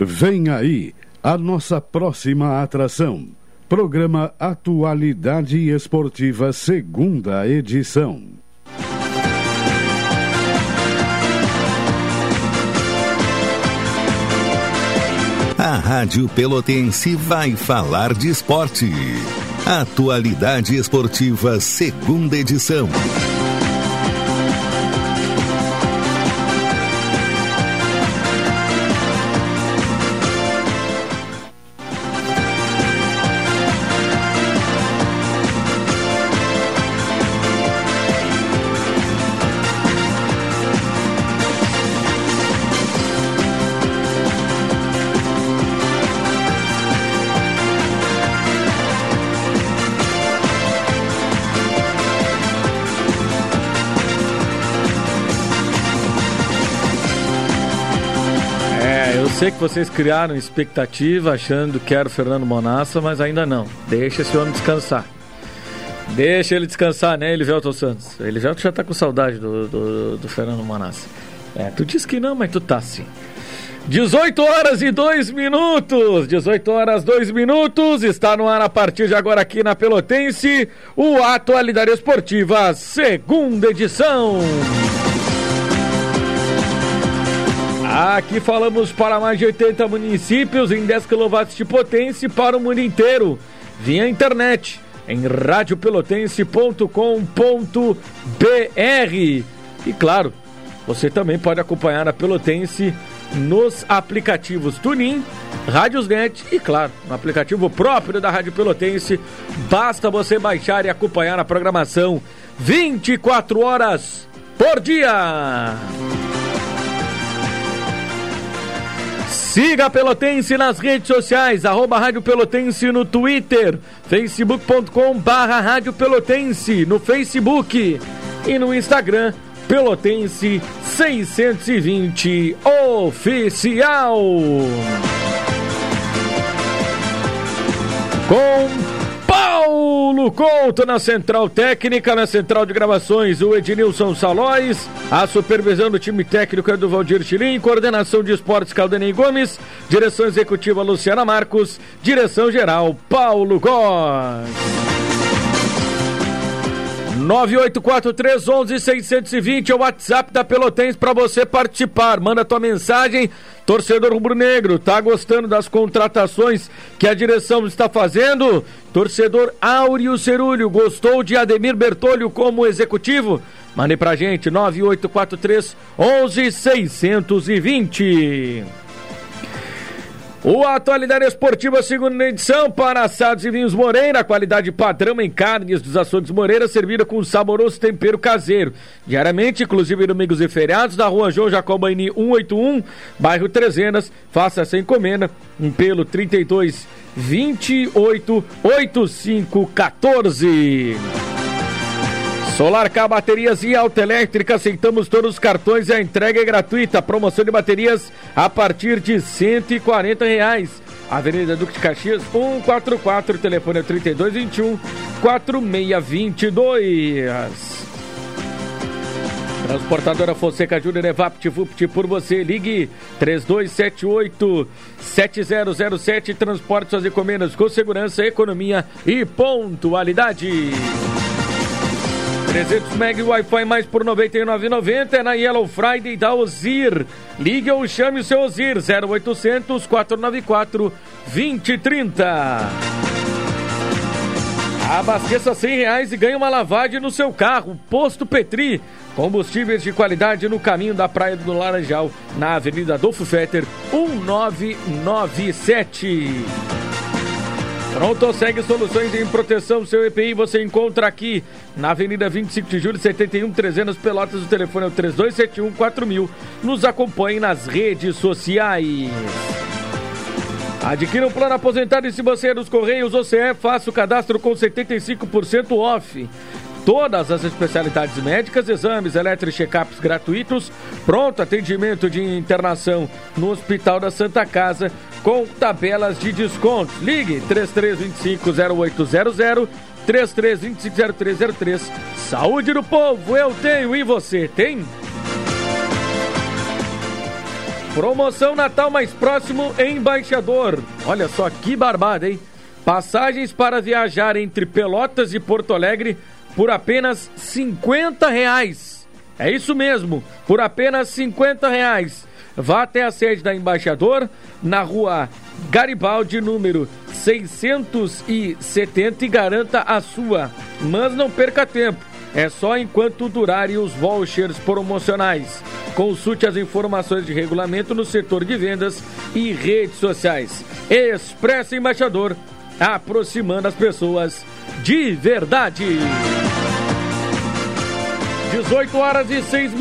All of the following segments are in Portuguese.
Vem aí a nossa próxima atração. Programa Atualidade Esportiva, segunda edição. A Rádio Pelotense vai falar de esporte. Atualidade Esportiva, segunda edição. Sei que vocês criaram expectativa achando que era o Fernando Monassa, mas ainda não. Deixa esse homem descansar. Deixa ele descansar, né, Elivelton Santos? Elivelton já tá com saudade do Fernando Monassa. Tu disse que não, mas tu tá sim. 18 horas e 2 minutos. 18 horas 2 minutos. Está no ar a partir de agora aqui na Pelotense o Atualidade Esportiva, segunda edição. Aqui falamos para mais de 80 municípios em 10 kW de potência para o mundo inteiro, via internet, em radiopelotense.com.br. E claro, você também pode acompanhar a Pelotense nos aplicativos TuneIn, Radiosnet e claro, no aplicativo próprio da Rádio Pelotense. Basta você baixar e acompanhar a programação 24 horas por dia. Siga a Pelotense nas redes sociais, @Rádio Pelotense no Twitter, facebook.com/Rádio Pelotense no Facebook e no Instagram, Pelotense 620 Oficial. Com Paulo Couto na Central Técnica, na Central de Gravações, o Ednilson Salóis, a supervisão do time técnico é do Valdir Chilim, coordenação de esportes Caldenei Gomes, direção executiva Luciana Marcos, direção geral Paulo Góes. 984311-620 é o WhatsApp da Pelotense para você participar. Manda tua mensagem. Torcedor rubro-negro, tá gostando das contratações que a direção está fazendo? Torcedor Áureo Cerulho, gostou de Ademir Bertolho como executivo? Mande pra gente, 984311-620. O Atualidade Esportiva, segunda edição, para assados e vinhos Moreira, qualidade padrão em carnes dos açougues Moreira, servida com saboroso tempero caseiro. Diariamente, inclusive domingos e feriados, na rua João Jacobaini 181, bairro Trezenas. Faça essa encomenda pelo 32 28 85 14. Solar K Baterias e Autoelétrica, aceitamos todos os cartões e a entrega é gratuita. Promoção de baterias a partir de R$140. Avenida Duque de Caxias 144, telefone é 3221-4622. Transportadora Fonseca Júnior, VaptVupt por você, ligue 3278-7007, transporte suas encomendas com segurança, economia e pontualidade. 300 MB Wi-Fi mais por R$ 99,90 é na Yellow Friday da Ozir. Ligue ou chame o seu Ozir, 0800 494 2030. Abasteça R$100 e ganhe uma lavagem no seu carro. Posto Petri, combustíveis de qualidade no caminho da Praia do Laranjal, na Avenida Adolfo Fetter, 1997. Pronto, segue soluções em proteção, seu EPI você encontra aqui na Avenida 25 de Julho, 71, 300 Pelotas, o telefone é o 3271-4000. Nos acompanhe nas redes sociais. Adquira um plano aposentado e se você é dos Correios OCE, faça o cadastro com 75% off. Todas as especialidades médicas, exames, eletro e check-ups gratuitos, pronto atendimento de internação no Hospital da Santa Casa, com tabelas de descontos. Ligue 3325-0800, 3325-0303. Saúde do povo, eu tenho e você tem? Promoção Natal mais próximo em Embaixador. Olha só que barbada, hein? Passagens para viajar entre Pelotas e Porto Alegre por apenas R$50. É isso mesmo, por apenas R$50. Vá até a sede da Embaixador, na rua Garibaldi, número 670 e garanta a sua. Mas não perca tempo, é só enquanto durarem os vouchers promocionais. Consulte as informações de regulamento no setor de vendas e redes sociais. Expresso Embaixador, aproximando as pessoas de verdade. 18 horas e 6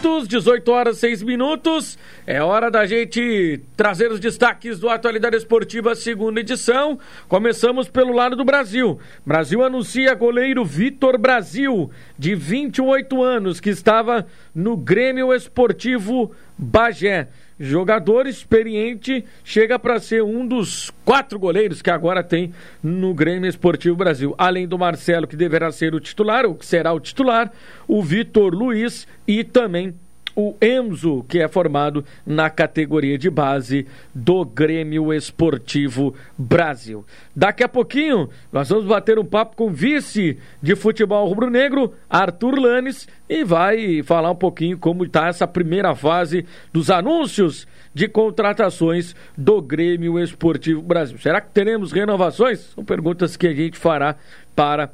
minutos, é hora da gente trazer os destaques do Atualidade Esportiva, segunda edição. Começamos pelo lado do Brasil. Brasil anuncia goleiro Vitor Brasil, de 28 anos, que estava no Grêmio Esportivo Bagé. Jogador experiente, chega para ser um dos 4 goleiros que agora tem no Grêmio Esportivo Brasil. Além do Marcelo, que deverá ser o titular, ou que será o titular, o Vitor Luiz e também o Enzo, que é formado na categoria de base do Grêmio Esportivo Brasil. Daqui a pouquinho, nós vamos bater um papo com o vice de futebol rubro-negro, Arthur Lanes, e vai falar um pouquinho como está essa primeira fase dos anúncios de contratações do Grêmio Esportivo Brasil. Será que teremos renovações? São perguntas que a gente fará para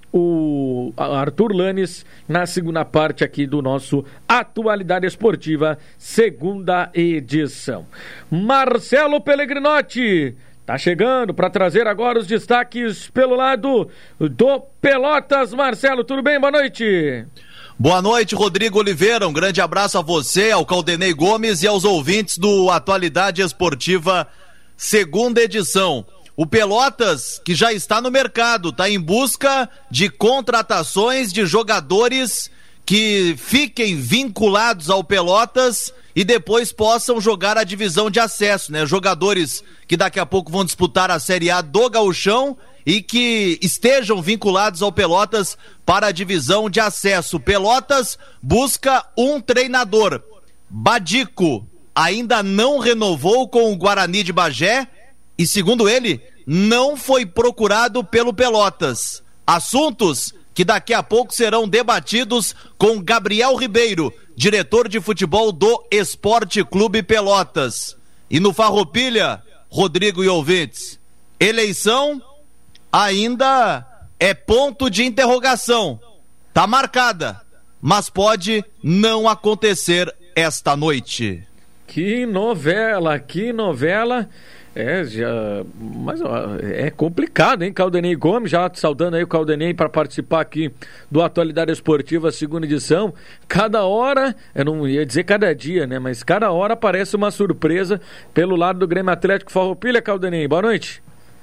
o Arthur Lanes na segunda parte aqui do nosso Atualidade Esportiva, segunda edição. Marcelo Pellegrinotti tá chegando para trazer agora os destaques pelo lado do Pelotas. Marcelo, tudo bem? Boa noite. Boa noite, Rodrigo Oliveira. Um grande abraço a você, ao Caldenei Gomes e aos ouvintes do Atualidade Esportiva, segunda edição. O Pelotas, que já está no mercado, está em busca de contratações de jogadores que fiquem vinculados ao Pelotas e depois possam jogar a divisão de acesso, né? Jogadores que daqui a pouco vão disputar a Série A do Gauchão e que estejam vinculados ao Pelotas para a divisão de acesso. Pelotas busca um treinador. Badico ainda não renovou com o Guarani de Bagé e, segundo ele, não foi procurado pelo Pelotas. Assuntos que daqui a pouco serão debatidos com Gabriel Ribeiro, diretor de futebol do Esporte Clube Pelotas. E no Farroupilha, Rodrigo e ouvintes, eleição ainda é ponto de interrogação. Tá marcada, mas pode não acontecer esta noite. Que novela, que novela. Mas é complicado, hein, Caldenei Gomes, já saudando aí o Caldenei para participar aqui do Atualidade Esportiva, segunda edição. Cada hora, eu não ia dizer cada dia, né, mas cada hora aparece uma surpresa pelo lado do Grêmio Atlético Farroupilha. Caldenei, boa noite.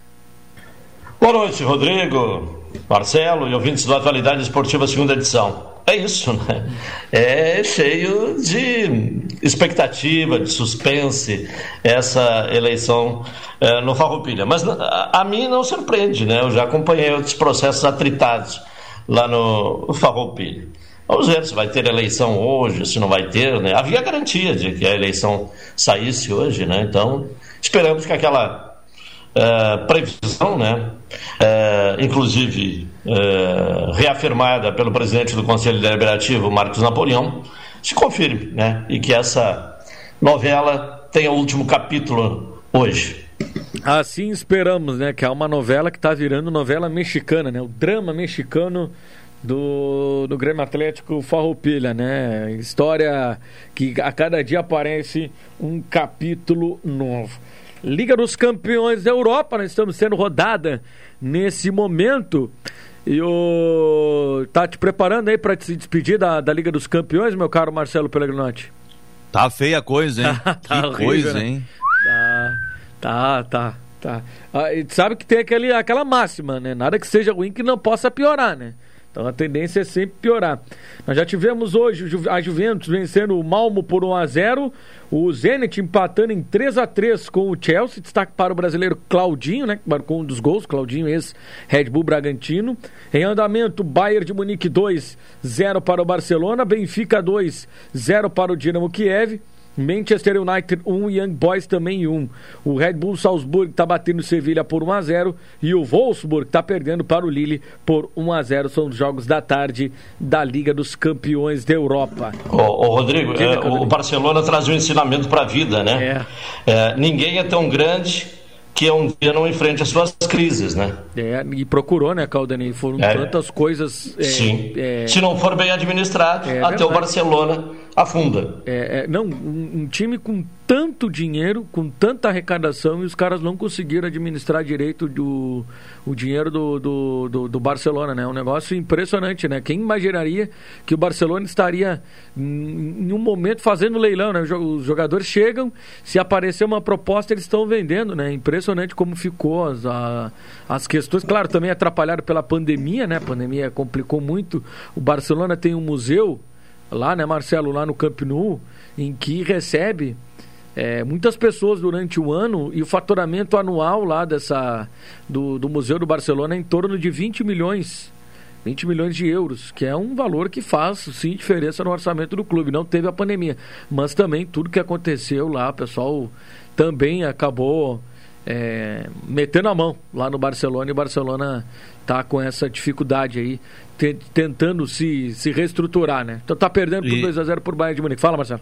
Boa noite, Rodrigo, Marcelo e ouvintes do Atualidade Esportiva, segunda edição. É isso, né? É cheio de expectativa, de suspense, essa eleição no Farroupilha. Mas a mim não surpreende, né? Eu já acompanhei outros processos atritados lá no Farroupilha. Vamos ver se vai ter eleição hoje, se não vai ter, né? Havia garantia de que a eleição saísse hoje, né? Então, esperamos que aquela previsão, né? Inclusive reafirmada pelo presidente do Conselho Deliberativo, Marcos Napoleão, se confirme, né? E que essa novela tenha o último capítulo hoje. Assim esperamos, né? Que é uma novela que está virando novela mexicana, né? O drama mexicano do Grêmio Atlético Farroupilha, né? História que a cada dia aparece um capítulo novo. Liga dos Campeões da Europa, nós estamos sendo rodada nesse momento. E tá te preparando aí para se despedir da Liga dos Campeões, meu caro Marcelo Pellegrinotti? Tá feia a coisa, hein? Tá que horrível, coisa, né? hein? Tá. Sabe que tem aquela máxima, né? Nada que seja ruim que não possa piorar, né? Então a tendência é sempre piorar. Nós já tivemos hoje a Juventus vencendo o Malmo por 1-0, o Zenit empatando em 3-3 com o Chelsea, destaque para o brasileiro Claudinho, né, que marcou um dos gols, Claudinho, ex-Red Bull Bragantino. Em andamento, Bayern de Munique 2-0 para o Barcelona, Benfica 2-0 para o Dinamo Kiev. Manchester United 1, Young Boys também 1. O Red Bull Salzburg está batendo o Sevilha por 1-0 e o Wolfsburg está perdendo para o Lille por 1-0. São os jogos da tarde da Liga dos Campeões da Europa. Rodrigo, o Barcelona traz um ensinamento para a vida, né? Ninguém é tão grande que um dia não enfrente as suas crises, né? E procurou, né, Caldanei? Foram tantas coisas... Sim. Se não for bem administrado, até verdade. O Barcelona afunda. Um time com tanto dinheiro, com tanta arrecadação, e os caras não conseguiram administrar direito o dinheiro do Barcelona, né? Um negócio impressionante, né? Quem imaginaria que o Barcelona estaria em um momento fazendo leilão, né? Os jogadores chegam, se aparecer uma proposta, eles estão vendendo, né? Impressionante como ficou as questões. Claro, também atrapalhado pela pandemia, né? A pandemia complicou muito. O Barcelona tem um museu lá, né, Marcelo, lá no Camp Nou, em que recebe muitas pessoas durante o ano, e o faturamento anual lá do Museu do Barcelona é em torno de 20 milhões de euros, que é um valor que faz, sim, diferença no orçamento do clube. Não teve a pandemia, mas também tudo que aconteceu lá, o pessoal também acabou metendo a mão lá no Barcelona, e o Barcelona tá com essa dificuldade aí, tentando se reestruturar, né? Então tá perdendo por 2-0 por Bayern de Munique. Fala, Marcelo.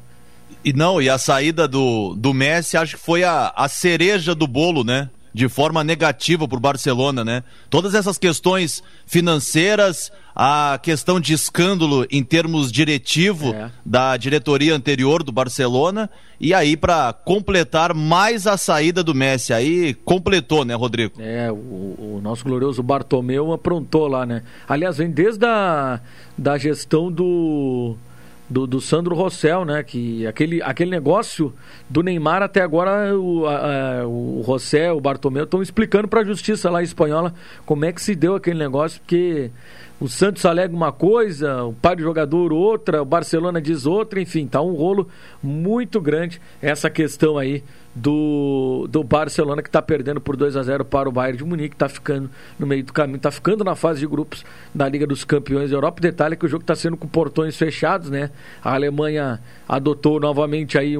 E a saída do Messi, acho que foi a cereja do bolo, né? De forma negativa pro Barcelona, né? Todas essas questões financeiras, a questão de escândalo em termos diretivo da diretoria anterior do Barcelona, e aí para completar mais a saída do Messi, aí completou, né, Rodrigo? O nosso glorioso Bartomeu aprontou lá, né? Aliás, vem desde da gestão do Sandro Rosell, né? Que aquele negócio do Neymar, até agora o Rosell, o Bartomeu estão explicando para a justiça lá espanhola como é que se deu aquele negócio, porque o Santos alega uma coisa, o pai do jogador outra, o Barcelona diz outra, enfim, tá um rolo muito grande essa questão aí do Barcelona, que está perdendo por 2-0 para o Bayern de Munique, está ficando no meio do caminho, está ficando na fase de grupos da Liga dos Campeões da Europa. Detalhe é que o jogo está sendo com portões fechados, né? A Alemanha adotou novamente aí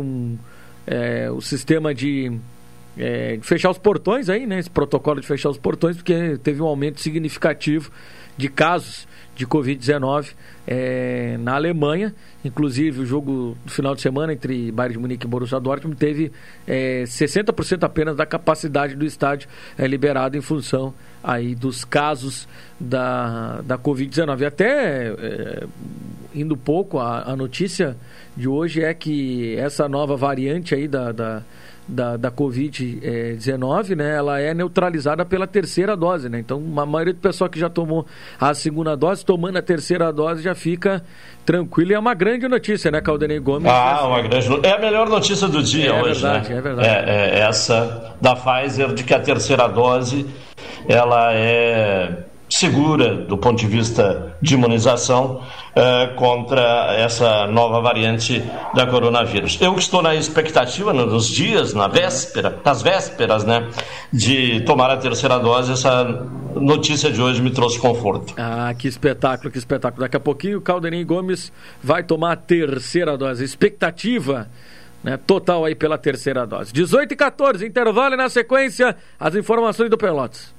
o sistema de fechar os portões aí, né? Esse protocolo de fechar os portões, porque teve um aumento significativo de casos de Covid-19 na Alemanha. Inclusive o jogo do final de semana entre Bayern de Munique e Borussia Dortmund teve 60% apenas da capacidade do estádio liberado em função aí dos casos da Covid-19. Até indo pouco, a notícia de hoje é que essa nova variante aí da Covid-19, né, ela é neutralizada pela terceira dose, né? Então, a maioria do pessoal que já tomou a segunda dose, tomando a terceira dose, já fica tranquilo. E é uma grande notícia, né, Caldanei Gomes? Uma grande notícia. É a melhor notícia do dia hoje, verdade, né? É verdade. Essa da Pfizer, de que a terceira dose, ela é segura do ponto de vista de imunização contra essa nova variante da coronavírus. Eu que estou na expectativa, nos dias, nas vésperas, né, de tomar a terceira dose, essa notícia de hoje me trouxe conforto. Que espetáculo, que espetáculo. Daqui a pouquinho o Caldanei Gomes vai tomar a terceira dose. Expectativa, né, total aí pela terceira dose. 18h14, intervalo, e na sequência as informações do Pelotas.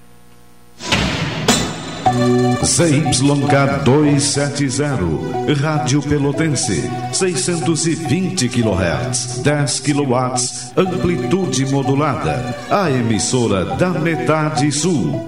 ZYK 270, Rádio Pelotense, 620 kHz, 10 kW, amplitude modulada, a emissora da metade sul.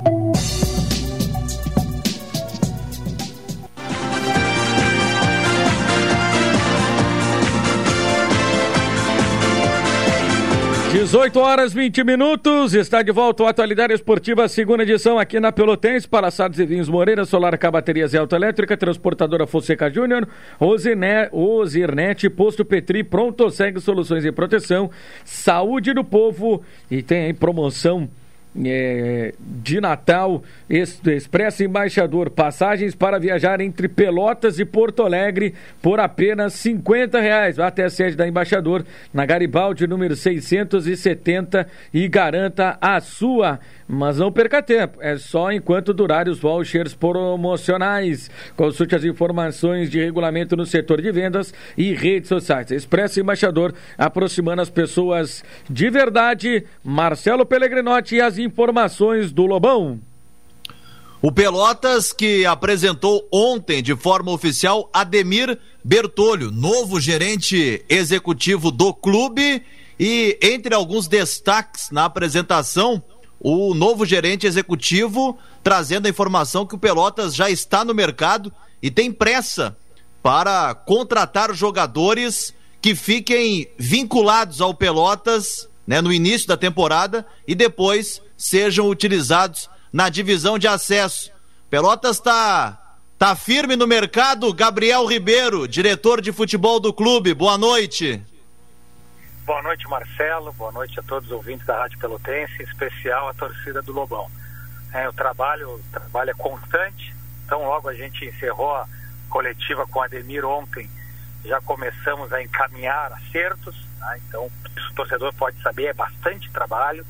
(18h20), está de volta o Atualidade Esportiva, segunda edição aqui na Pelotense. Para Passados e Vinhos Moreira, Solar K Baterias e Autoelétrica, Transportadora Fonseca Júnior, Ozirnet, Posto Petri, Pronto Segue Soluções em Proteção, Saúde do Povo, e tem aí promoção de Natal, Expresso Embaixador, passagens para viajar entre Pelotas e Porto Alegre por apenas R$50. Vá até a sede da Embaixador, na Garibaldi, número 670, e garanta a sua. Mas não perca tempo, é só enquanto durarem os vouchers promocionais. Consulte as informações de regulamento no setor de vendas e redes sociais. Expresso Embaixador, aproximando as pessoas de verdade. Marcelo Pellegrinotti e as informações do Lobão. O Pelotas, que apresentou ontem de forma oficial Ademir Bertolho, novo gerente executivo do clube, e entre alguns destaques na apresentação, o novo gerente executivo trazendo a informação que o Pelotas já está no mercado e tem pressa para contratar jogadores que fiquem vinculados ao Pelotas, né, no início da temporada e depois sejam utilizados na divisão de acesso. Pelotas tá firme no mercado. Gabriel Ribeiro, diretor de futebol do clube, boa noite. Boa noite, Marcelo. Boa noite a todos os ouvintes da Rádio Pelotense, em especial a torcida do Lobão. O trabalho é constante, então logo a gente encerrou a coletiva com o Ademir ontem, já começamos a encaminhar acertos, né? Então o torcedor pode saber, é bastante trabalho.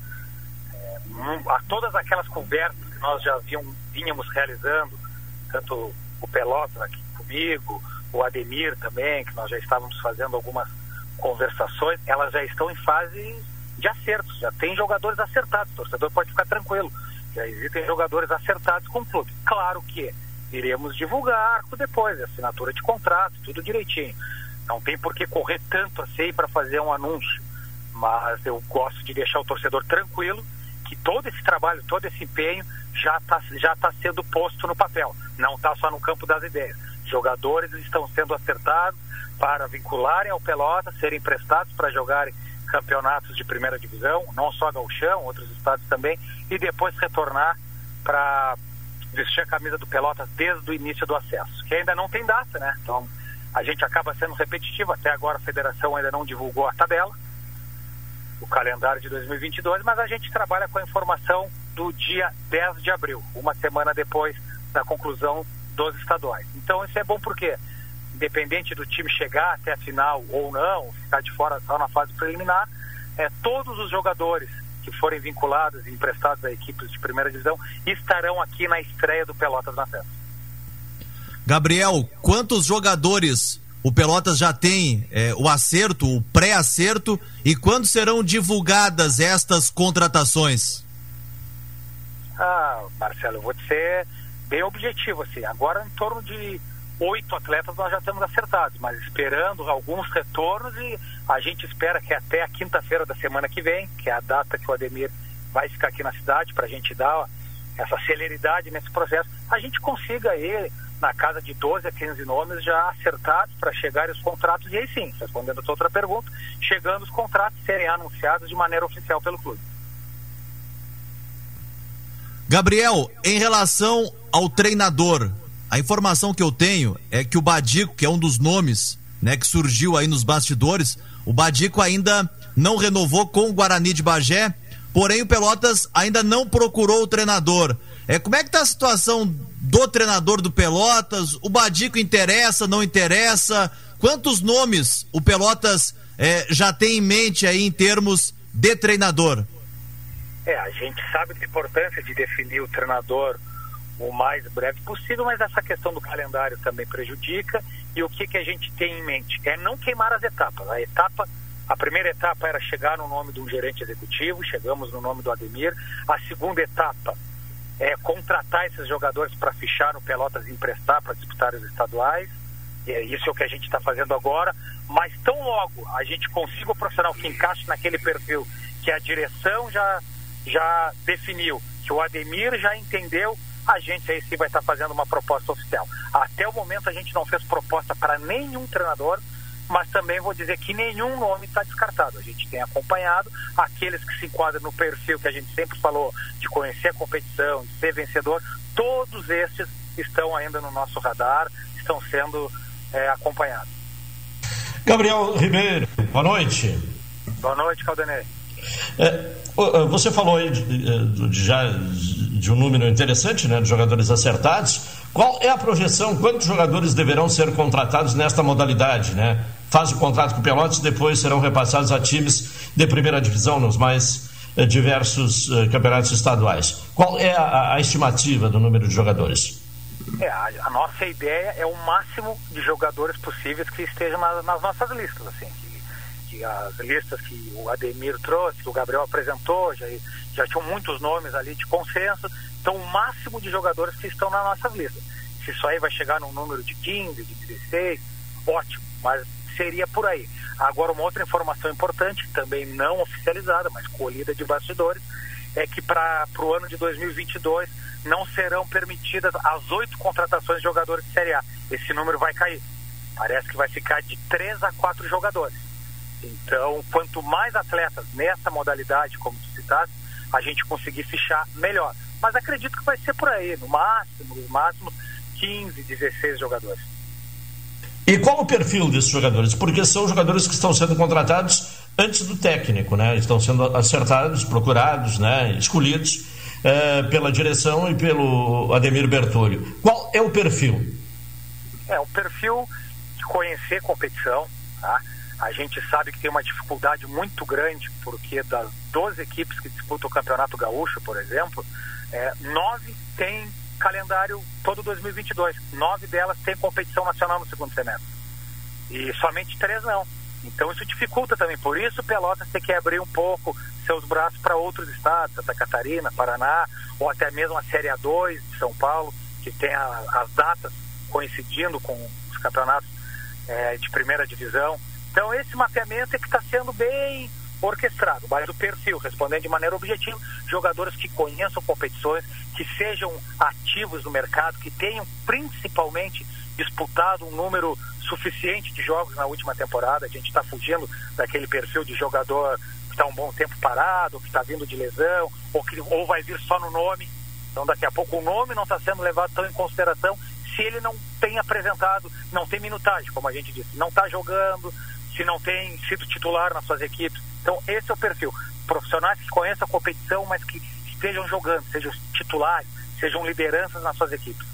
A todas aquelas conversas que nós já vínhamos realizando, tanto o Pelotas aqui comigo, o Ademir também, que nós já estávamos fazendo algumas conversações, elas já estão em fase de acertos, já tem jogadores acertados, o torcedor pode ficar tranquilo, já existem jogadores acertados com o clube. Claro que iremos divulgar depois, assinatura de contrato, tudo direitinho, não tem por que correr tanto assim para fazer um anúncio, mas eu gosto de deixar o torcedor tranquilo que todo esse trabalho, todo esse empenho já tá sendo posto no papel, não está só no campo das ideias. Jogadores estão sendo acertados para vincularem ao Pelotas, serem emprestados para jogarem campeonatos de primeira divisão, não só Gauchão, outros estados também, e depois retornar para vestir a camisa do Pelotas desde o início do acesso, que ainda não tem data, né? Então a gente acaba sendo repetitivo, até agora a federação ainda não divulgou a tabela, o calendário de 2022, mas a gente trabalha com a informação do dia 10 de abril, uma semana depois da conclusão dos estaduais. Então isso é bom porque, independente do time chegar até a final ou não, ficar de fora só na fase preliminar, todos os jogadores que forem vinculados e emprestados a equipes de primeira divisão estarão aqui na estreia do Pelotas na festa. Gabriel, quantos jogadores o Pelotas já tem o acerto, o pré-acerto, e quando serão divulgadas estas contratações? Marcelo, eu vou te ser bem objetivo, assim, agora em torno de 8 atletas nós já temos acertados, mas esperando alguns retornos, e a gente espera que até a quinta-feira da semana que vem, que é a data que o Ademir vai ficar aqui na cidade, para a gente dar essa celeridade nesse processo, a gente consiga aí na casa de 12 a 15 nomes já acertados para chegarem os contratos, e aí sim, respondendo a tua outra pergunta, chegando os contratos serem anunciados de maneira oficial pelo clube. Gabriel, em relação ao treinador, a informação que eu tenho é que o Badico, que é um dos nomes, né, que surgiu aí nos bastidores, o Badico ainda não renovou com o Guarani de Bagé, porém o Pelotas ainda não procurou o treinador. Como é que tá a situação do treinador do Pelotas? O Badico interessa, não interessa? Quantos nomes o Pelotas já tem em mente aí em termos de treinador? A gente sabe da importância de definir o treinador o mais breve possível, mas essa questão do calendário também prejudica, e o que a gente tem em mente? É não queimar as etapas. A primeira etapa era chegar no nome de um gerente executivo, chegamos no nome do Ademir. A segunda etapa é contratar esses jogadores para fichar no Pelotas e emprestar para disputar os estaduais. Isso é o que a gente está fazendo agora, mas tão logo a gente consiga o profissional que encaixe naquele perfil que a direção já definiu, que o Ademir já entendeu, a gente aí sim vai estar fazendo uma proposta oficial. Até o momento a gente não fez proposta para nenhum treinador, mas também vou dizer que nenhum nome está descartado. A gente tem acompanhado aqueles que se enquadram no perfil que a gente sempre falou, de conhecer a competição, de ser vencedor. Todos estes estão ainda no nosso radar, estão sendo acompanhados. Gabriel Ribeiro, boa noite. Boa noite, Caldenei. Você falou aí de um número interessante, né, de jogadores acertados. Qual é a projeção? Quantos jogadores deverão ser contratados nesta modalidade, né? Faz o contrato com o Pelotas, depois serão repassados a times de primeira divisão nos mais diversos campeonatos estaduais. Qual é a estimativa do número de jogadores? A nossa ideia é o máximo de jogadores possíveis que estejam nas nossas listas, assim, que as listas que o Ademir trouxe, que o Gabriel apresentou, já tinham muitos nomes ali de consenso. Então, o máximo de jogadores que estão nas nossas listas. Se isso aí vai chegar num número de 15, de 16, ótimo, mas seria por aí. Agora, uma outra informação importante, também não oficializada, mas colhida de bastidores, é que para o ano de 2022 não serão permitidas as 8 contratações de jogadores de Série A. Esse número vai cair. Parece que vai ficar de 3 a 4 jogadores. Então, quanto mais atletas nessa modalidade, como tu citaste, a gente conseguir fichar, melhor. Mas acredito que vai ser por aí, no máximo 15, 16 jogadores. E qual o perfil desses jogadores? Porque são jogadores que estão sendo contratados antes do técnico, né? Estão sendo acertados, procurados, né? Escolhidos pela direção e pelo Ademir Bertolho. Qual é o perfil? O perfil de conhecer competição, tá? A gente sabe que tem uma dificuldade muito grande, porque das 12 equipes que disputam o Campeonato Gaúcho, por exemplo, 9 têm calendário todo 2022. 9 delas têm competição nacional no segundo semestre. E somente 3 não. Então isso dificulta também. Por isso Pelotas tem que abrir um pouco seus braços para outros estados, Santa Catarina, Paraná, ou até mesmo a Série A2 de São Paulo, que tem as datas coincidindo com os campeonatos de primeira divisão. Então esse mapeamento é que está sendo bem orquestrado, mas o perfil, respondendo de maneira objetiva, jogadores que conheçam competições, que sejam ativos no mercado, que tenham principalmente disputado um número suficiente de jogos na última temporada. A gente está fugindo daquele perfil de jogador que está um bom tempo parado, que está vindo de lesão, ou vai vir só no nome. Então daqui a pouco o nome não está sendo levado tão em consideração se ele não tem apresentado, não tem minutagem, como a gente disse, não está jogando, se não tem sido titular nas suas equipes. Então esse é o perfil. Profissionais que conheçam a competição, mas que estejam jogando, sejam titulares, sejam lideranças nas suas equipes.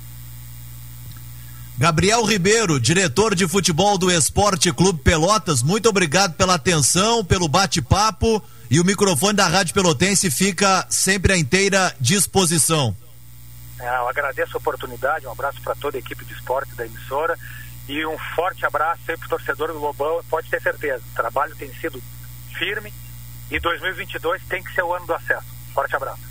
Gabriel Ribeiro, diretor de futebol do Esporte Clube Pelotas, muito obrigado pela atenção, pelo bate-papo, e o microfone da Rádio Pelotense fica sempre à inteira disposição. Eu agradeço a oportunidade, um abraço para toda a equipe de esporte da emissora e um forte abraço aí para o torcedor do Lobão. Pode ter certeza, o trabalho tem sido firme e 2022 tem que ser o ano do acesso. Forte abraço.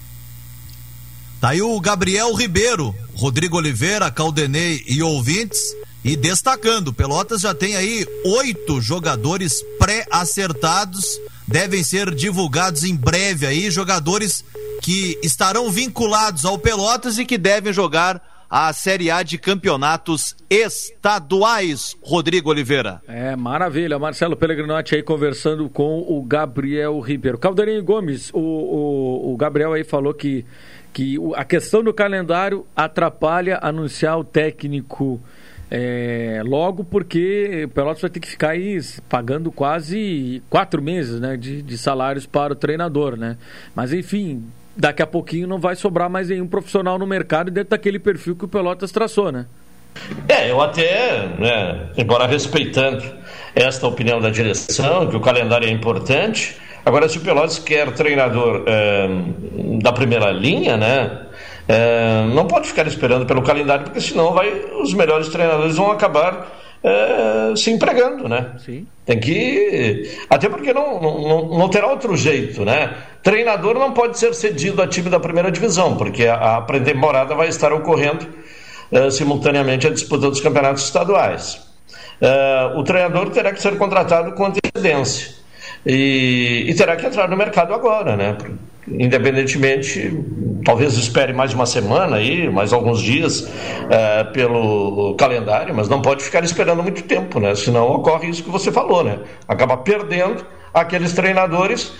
Tá aí o Gabriel Ribeiro, Rodrigo Oliveira, Caldenei e ouvintes, e destacando, Pelotas já tem aí 8 jogadores pré-acertados, devem ser divulgados em breve aí, jogadores que estarão vinculados ao Pelotas e que devem jogar a Série A de campeonatos estaduais. Rodrigo Oliveira. Maravilha, Marcelo Pellegrinotti aí conversando com o Gabriel Ribeiro. Caldenei Gomes, o Gabriel aí falou que a questão do calendário atrapalha anunciar o técnico logo, porque o Pelotas vai ter que ficar aí pagando quase 4 meses, né, de salários para o treinador, né? Mas enfim, daqui a pouquinho não vai sobrar mais nenhum profissional no mercado dentro daquele perfil que o Pelotas traçou, né? Eu até, embora respeitando esta opinião da direção, que o calendário é importante, agora se o Pelotas quer treinador da primeira linha, né, não pode ficar esperando pelo calendário, porque senão os melhores treinadores vão acabar se empregando, né? Sim. Tem que... Até porque não terá outro jeito, né? Treinador não pode ser cedido a time da primeira divisão, porque a pré-temporada vai estar ocorrendo simultaneamente a disputa dos campeonatos estaduais. O treinador terá que ser contratado com antecedência e terá que entrar no mercado agora, né? Independentemente, talvez espere mais uma semana aí, mais alguns dias pelo calendário, mas não pode ficar esperando muito tempo, né? Senão ocorre isso que você falou, né? Acaba perdendo aqueles treinadores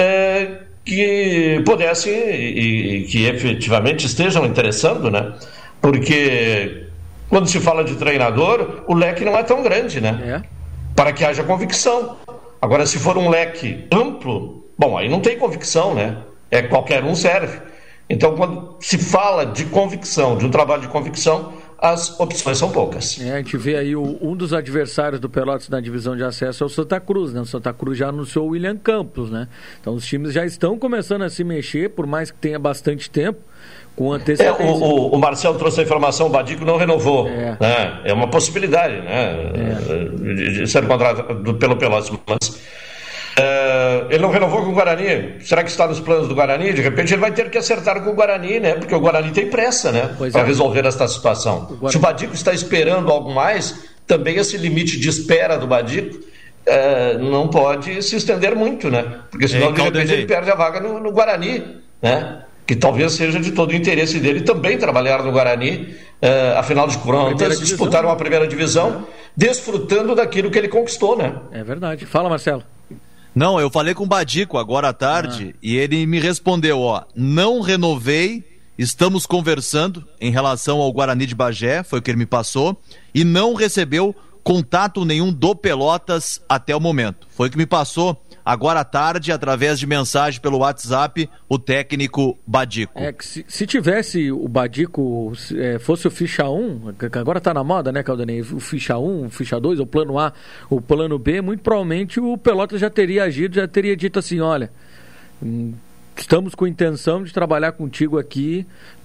que pudessem e que efetivamente estejam interessando, né? Porque quando se fala de treinador, o leque não é tão grande, né? Para que haja convicção. Agora, se for um leque amplo, Bom, aí não tem convicção, né? Qualquer um serve. Então, quando se fala de convicção, de um trabalho de convicção, as opções são poucas. A gente vê aí um dos adversários do Pelotas na divisão de acesso é o Santa Cruz, né? O Santa Cruz já anunciou o William Campos, né? Então os times já estão começando a se mexer, por mais que tenha bastante tempo, com antecedência. O Marcelo trouxe a informação, o Badico não renovou. Né? É uma possibilidade, né? De ser contratado pelo Pelotas, mas... ele não renovou com o Guarani. Será que está nos planos do Guarani? De repente ele vai ter que acertar com o Guarani, né? Porque o Guarani tem pressa, né? Para resolver esta situação. Se o Badico está esperando algo mais, também esse limite de espera do Badico não pode se estender muito, né? Porque senão de repente ele perde a vaga no Guarani, né? Que talvez seja de todo o interesse dele também trabalhar no Guarani, afinal de contas, disputar uma primeira divisão, desfrutando daquilo que ele conquistou, né? É verdade. Fala, Marcelo. Não, eu falei com o Badico agora à tarde e ele me respondeu, não renovei, estamos conversando em relação ao Guarani de Bagé, foi o que ele me passou, e não recebeu contato nenhum do Pelotas até o momento. Foi o que me passou agora à tarde, através de mensagem pelo WhatsApp, o técnico Badico. Que se tivesse o Badico, fosse o ficha 1, que agora está na moda, né, Caldanei? O ficha 1, o ficha 2, o plano A, o plano B, muito provavelmente o Pelotas já teria agido, já teria dito assim, olha, estamos com intenção de trabalhar contigo aqui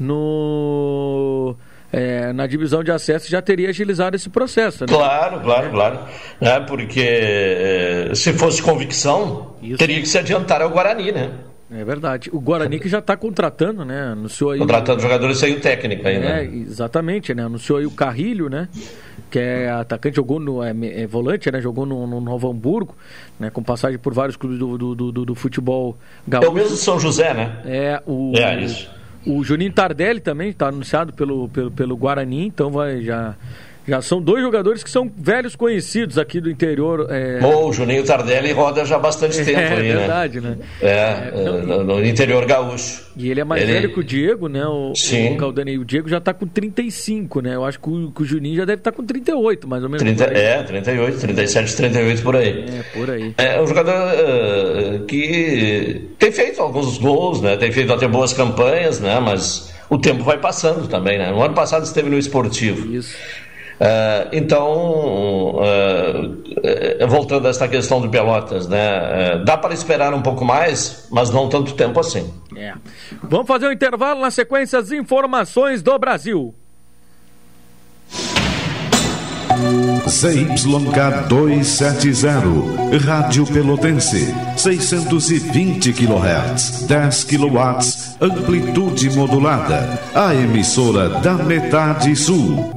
na divisão de acesso, já teria agilizado esse processo, né? Claro. Porque se fosse convicção, teria que se adiantar ao Guarani, né? É verdade. O Guarani que já está contratando, né? Anunciou aí contratando jogadores sem o técnico aí, né? Exatamente, né? Anunciou aí o Carrilho, né? Que é atacante, jogou volante, né? Jogou no Novo Hamburgo, né? Com passagem por vários clubes do futebol gaúcho. É o mesmo São José, né? Isso. O Juninho Tardelli também está anunciado pelo Guarani, então já são dois jogadores que são velhos conhecidos aqui do interior. O Juninho Tardelli roda já há bastante tempo aí, né? É verdade, né? No interior gaúcho. E ele é mais velho que o Diego, né? Sim. O Caldanei, o Diego já está com 35, né? Eu acho que o Juninho já deve estar com 38, mais ou menos. 38, 37, 38 por aí. Por aí. É um jogador que tem feito alguns gols, né? Tem feito até boas campanhas, né? Mas o tempo vai passando também, né? No ano passado esteve no Esportivo. Isso. Então, voltando a esta questão do Pelotas, né? Dá para esperar um pouco mais, mas não tanto tempo assim. Vamos fazer um intervalo, na sequência as informações do Brasil. ZYK 270, Rádio Pelotense, 620 kHz, 10 kW, amplitude modulada, a emissora da metade sul.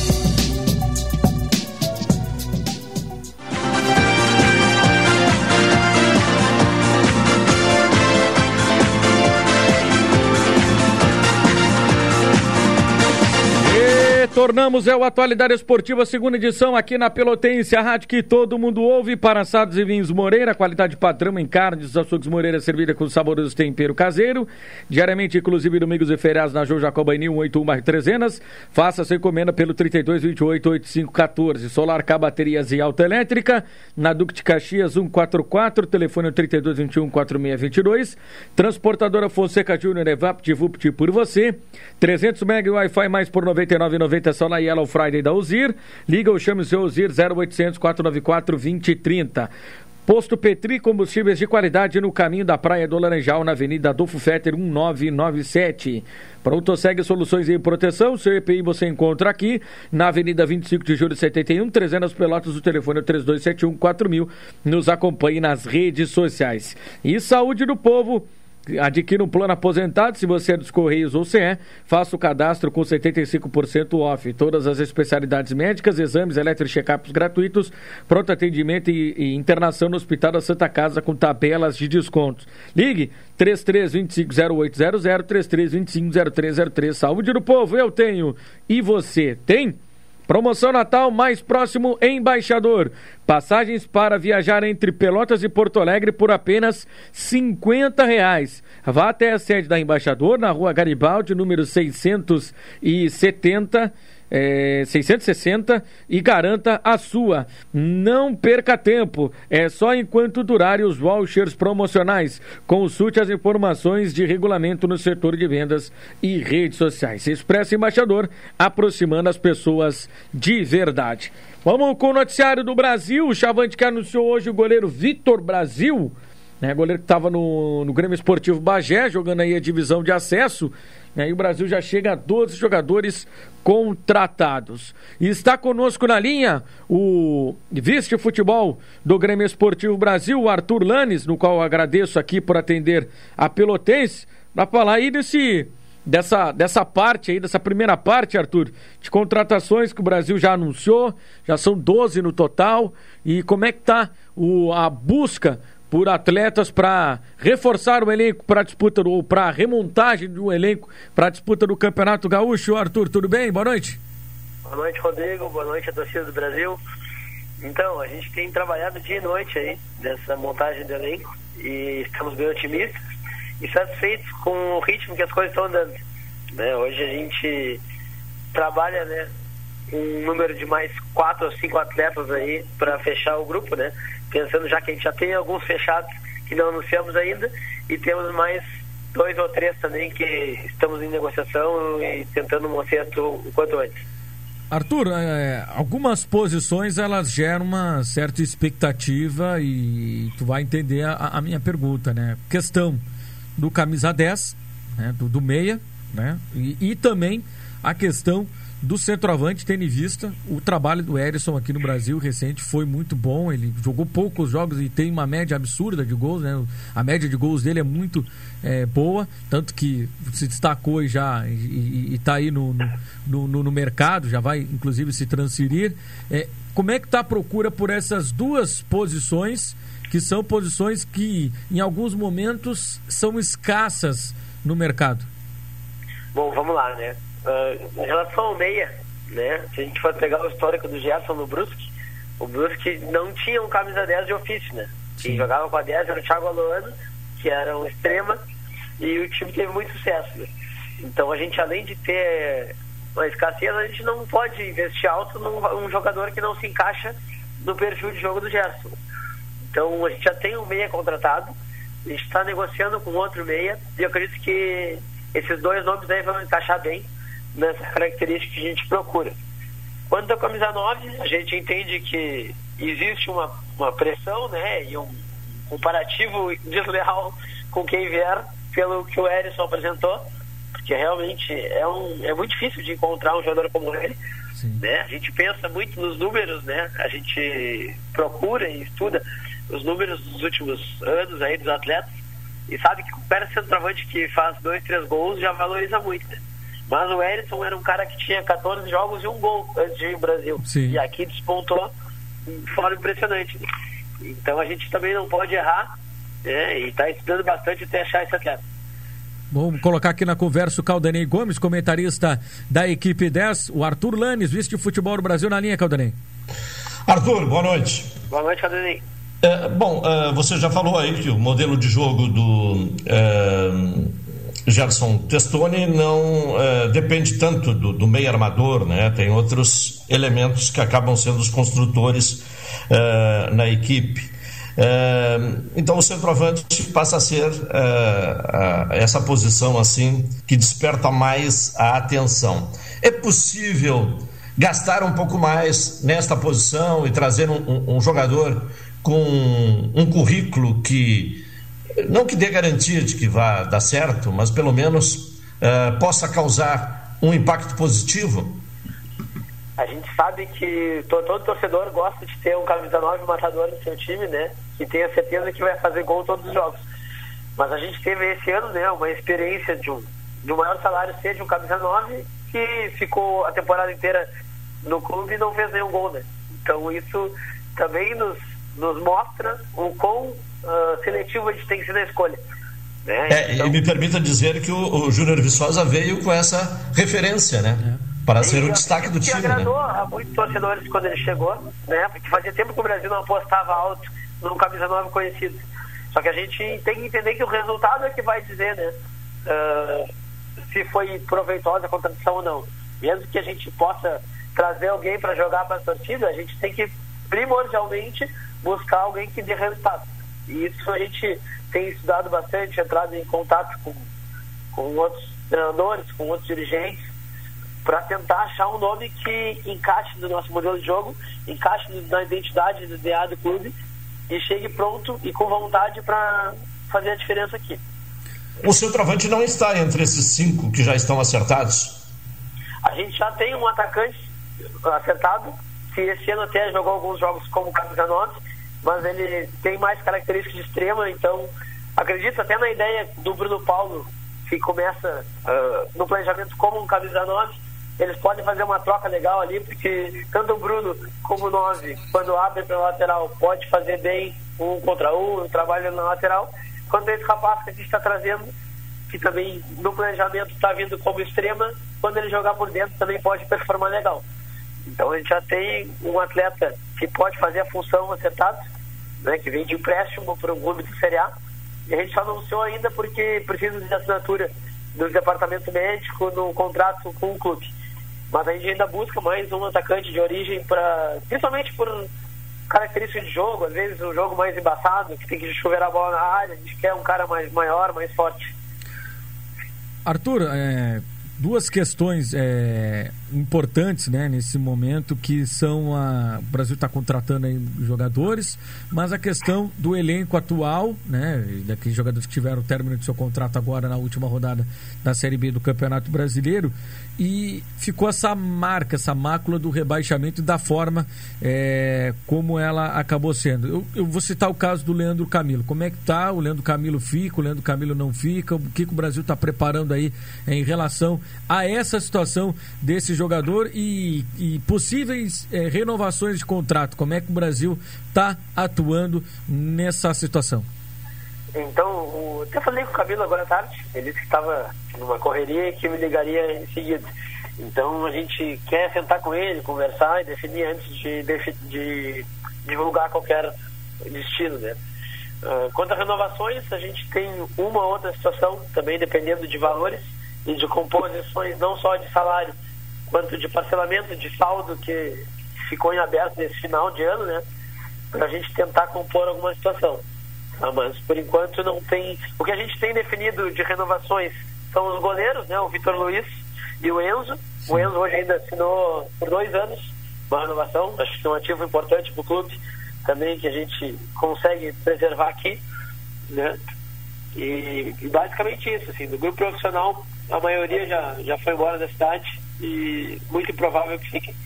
Tornamos o Atualidade Esportiva, segunda edição aqui na Pelotense, a rádio que todo mundo ouve, para assados e vinhos Moreira, qualidade padrão em carnes dos açougues Moreira, servida com saboroso tempero caseiro, diariamente, inclusive domingos e feriados, na João Jacobaini 181/300, faça sua encomenda pelo 3228-8514, Solar K Baterias e Autoelétrica, na Duque Caxias 144, telefone 3221-4622, transportadora Fonseca Júnior, Evapt, Vupt por você, 300 MB Wi-Fi mais por R$ 99,90 só na Yellow Friday da Uzir. Liga ou chame o seu Uzir 0800 494 2030. Posto Petri, combustíveis de qualidade no caminho da Praia do Laranjal, na Avenida Adolfo Fetter 1997. Prontosegue Soluções em Proteção, seu EPI você encontra aqui na Avenida 25 de Julho 71, 300 Pelotas, o telefone é 3271-4000. Nos acompanhe nas redes sociais. E Saúde do Povo. Adquira um plano aposentado, se você é dos Correios ou CE, faça o cadastro com 75% off. Todas as especialidades médicas, exames, eletro e check-ups gratuitos, pronto atendimento e internação no Hospital da Santa Casa com tabelas de descontos. Ligue 3325-0800, 3325-0303. Saúde do Povo, eu tenho e você tem? Promoção Natal mais próximo Embaixador. Passagens para viajar entre Pelotas e Porto Alegre por apenas R$50. Vá até a sede da Embaixador, na Rua Garibaldi, número 670, 660 e garanta a sua. Não perca tempo, é só enquanto durarem os vouchers promocionais. Consulte as informações de regulamento no setor de vendas e redes sociais. Expresso Embaixador, aproximando as pessoas de verdade. Vamos com o noticiário do Brasil. O Chavante que anunciou hoje o goleiro Vitor Brasil, né, goleiro que estava no Grêmio Esportivo Bagé, jogando aí a divisão de acesso, né, e o Brasil já chega a 12 jogadores contratados. E está conosco na linha o vice de futebol do Grêmio Esportivo Brasil, o Arthur Lanes, no qual eu agradeço aqui por atender a Pelotense, para falar aí dessa parte aí, dessa primeira parte, Arthur, de contratações que o Brasil já anunciou, já são 12 no total, e como é que está a busca por atletas para reforçar o elenco para a disputa ou para a remontagem do elenco para a disputa do Campeonato Gaúcho. Arthur, tudo bem? Boa noite. Boa noite, Rodrigo. Boa noite a torcida do Brasil. Então, a gente tem trabalhado dia e noite aí nessa montagem do elenco e estamos bem otimistas e satisfeitos com o ritmo que as coisas estão andando, né? Hoje a gente trabalha, né, um número de mais 4 ou 5 atletas aí para fechar o grupo, né? Pensando já que a gente já tem alguns fechados que não anunciamos ainda e temos mais 2 ou 3 também que estamos em negociação e tentando um acerto o quanto antes. Arthur, algumas posições elas geram uma certa expectativa e tu vai entender a minha pergunta, né? Questão do camisa 10, né? do meia, né? E também a questão do centroavante, tendo em vista o trabalho do Erisson aqui no Brasil recente foi muito bom. Ele jogou poucos jogos e tem uma média absurda de gols, né? A média de gols dele é muito boa, tanto que se destacou e já está aí no mercado, já vai inclusive se transferir. Como é que está a procura por essas duas posições, que são posições que em alguns momentos são escassas no mercado? Bom, vamos lá, né? Em relação ao meia, né? Se a gente for pegar o histórico do Gerson no Brusque, o Brusque não tinha um camisa 10 de ofício, né? Quem jogava com a 10 era o Thiago Aloano, que era um extrema, e o time teve muito sucesso, né? Então a gente, além de ter uma escassez, a gente não pode investir alto num jogador que não se encaixa no perfil de jogo do Gerson. Então a gente já tem um meia contratado, a gente está negociando com outro meia, e eu acredito que esses 2 nomes aí vão encaixar bem nessa característica que a gente procura. Quanto à camisa 9, a gente entende que existe uma pressão, né, e um comparativo desleal com quem vier pelo que o Erisson apresentou, porque realmente é muito difícil de encontrar um jogador como ele, né? A gente pensa muito nos números, né? A gente procura e estuda os números dos últimos anos aí dos atletas e sabe que qualquer centroavante que faz 2, 3 gols já valoriza muito, né? Mas o Erisson era um cara que tinha 14 jogos e 1 gol antes de ir ao Brasil. Sim. E aqui despontou de forma impressionante. Então a gente também não pode errar, né? E está estudando bastante até achar esse atleta. Vamos colocar aqui na conversa o Caldanei Gomes, comentarista da equipe 10, o Arthur Lanes, vice de futebol do Brasil, na linha, Caldanei. Arthur, boa noite. Boa noite, Caldanei. Você já falou aí que o modelo de jogo do Gerson Testoni não depende tanto do meio armador, né? Tem outros elementos que acabam sendo os construtores na equipe. Então o centroavante passa a ser essa posição assim que desperta mais a atenção. É possível gastar um pouco mais nesta posição e trazer um jogador com um currículo que não que dê garantia de que vá dar certo, mas pelo menos possa causar um impacto positivo? A gente sabe que todo torcedor gosta de ter um camisa 9 matador no seu time, né? Que tenha certeza que vai fazer gol todos os jogos. Mas a gente teve esse ano, né, uma experiência de um maior salário ser de um camisa 9 que ficou a temporada inteira no clube e não fez nenhum gol, né? Então isso também nos mostra o quão seletivo a gente tem que ser na escolha, né? E me permita dizer que o Júnior Viçosa veio com essa referência, né? Para ser o destaque do time, agradou, né? A muitos torcedores quando ele chegou, né? Porque fazia tempo que o Brasil não apostava alto num camisa 9 conhecido. Só que a gente tem que entender que o resultado é que vai dizer, né? Se foi proveitosa a contratação ou não. Mesmo que a gente possa trazer alguém para jogar para a torcida, a gente tem que primordialmente buscar alguém que dê resultado. E isso a gente tem estudado bastante, entrado em contato com outros treinadores, com outros dirigentes, para tentar achar um nome que encaixe no nosso modelo de jogo, encaixe na identidade do DNA do clube e chegue pronto e com vontade para fazer a diferença aqui. O centroavante não está entre esses 5 que já estão acertados? A gente já tem um atacante acertado, que esse ano até jogou alguns jogos como camisa 9, mas ele tem mais características de extrema, então acredito até na ideia do Bruno Paulo, que começa no planejamento como um camisa 9. Eles podem fazer uma troca legal ali, porque tanto o Bruno como o 9, quando abre pela lateral, pode fazer bem 1 contra 1, trabalho na lateral, quanto esse rapaz que a gente está trazendo, que também no planejamento está vindo como extrema, quando ele jogar por dentro também pode performar legal. Então a gente já tem um atleta que pode fazer a função acertada, né, que vem de empréstimo para um clube de Série A, e a gente só anunciou ainda porque precisa de assinatura do departamento médico no contrato com o clube. Mas a gente ainda busca mais um atacante de origem, principalmente por características de jogo, às vezes um jogo mais embaçado, que tem que chover a bola na área, a gente quer um cara maior, mais forte. Arthur, 2 questões importantes, né, nesse momento, que são o Brasil está contratando aí jogadores, mas a questão do elenco atual, né, daqueles jogadores que tiveram o término de seu contrato agora na última rodada da Série B do Campeonato Brasileiro, e ficou essa marca, essa mácula do rebaixamento e da forma como ela acabou sendo. Eu vou citar o caso do Leandro Camilo. Como é que tá? O Leandro Camilo fica, o Leandro Camilo não fica? O que o Brasil está preparando aí em relação a essa situação desse jogador e possíveis renovações de contrato? Como é que o Brasil está atuando nessa situação? Então, até falei com o Camilo agora à tarde, ele disse que estava numa correria e que me ligaria em seguida. Então a gente quer sentar com ele, conversar e definir antes de divulgar qualquer destino, né? Quanto a renovações, a gente tem uma outra situação, também dependendo de valores e de composições, não só de salário, quanto de parcelamento, de saldo que ficou em aberto nesse final de ano, né? Para a gente tentar compor alguma situação. Mas por enquanto não tem. O que a gente tem definido de renovações são os goleiros, né? O Vitor Luiz e o Enzo. Sim. O Enzo hoje ainda assinou por 2 anos uma renovação. Acho que é um ativo importante para o clube também, que a gente consegue preservar aqui, né? E basicamente isso, assim, do grupo profissional a maioria já foi embora da cidade e muito improvável que fique.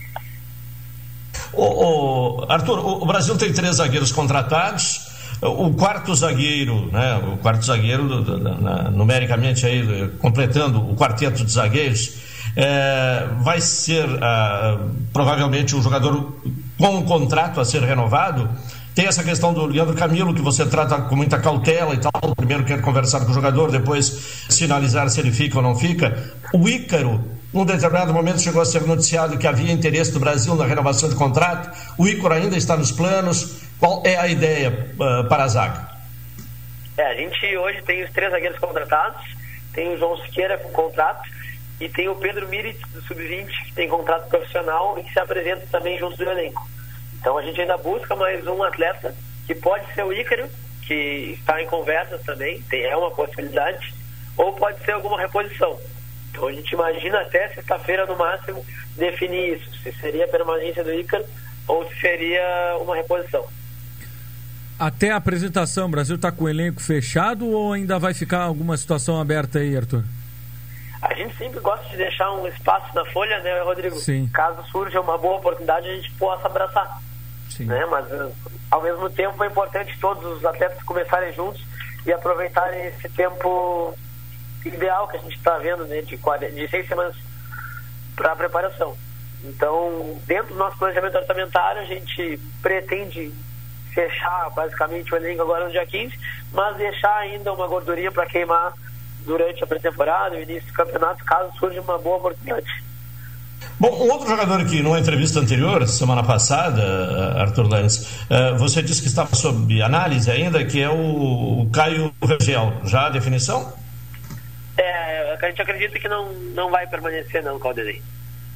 Arthur, o Brasil tem 3 zagueiros contratados. O quarto zagueiro, né? O quarto zagueiro, numericamente aí, completando o quarteto de zagueiros, vai ser provavelmente um jogador com um contrato a ser renovado. Tem essa questão do Leandro Camilo, que você trata com muita cautela e tal. Primeiro quer conversar com o jogador, depois sinalizar se ele fica ou não fica. O Ícaro, num determinado momento, chegou a ser noticiado que havia interesse do Brasil na renovação de contrato. O Ícaro ainda está nos planos. Qual é a ideia para a zaga? A gente hoje tem os 3 zagueiros contratados, tem o João Siqueira com contrato e tem o Pedro Mirit do Sub-20, que tem contrato profissional e que se apresenta também junto do elenco. Então a gente ainda busca mais um atleta, que pode ser o Ícaro, que está em conversas também, é uma possibilidade, ou pode ser alguma reposição. Então a gente imagina até sexta-feira no máximo definir isso, se seria a permanência do Ícaro ou se seria uma reposição. Até a apresentação, o Brasil está com o elenco fechado ou ainda vai ficar alguma situação aberta aí, Arthur? A gente sempre gosta de deixar um espaço na folha, né, Rodrigo? Sim. Caso surja uma boa oportunidade, a gente possa abraçar. Sim. Né? Mas, ao mesmo tempo, é importante todos os atletas começarem juntos e aproveitarem esse tempo ideal que a gente está vendo, né, de 6 semanas para a preparação. Então, dentro do nosso planejamento orçamentário, a gente pretende fechar basicamente o elenco agora no dia 15, mas deixar ainda uma gordurinha para queimar durante a pré-temporada, o início do campeonato, caso surja uma boa oportunidade. Bom, um outro jogador que numa entrevista anterior, semana passada, Arthur Lenz, você disse que estava sob análise ainda, que é o Caio Rangel. Já a definição? A gente acredita que não vai permanecer não, Caldenei.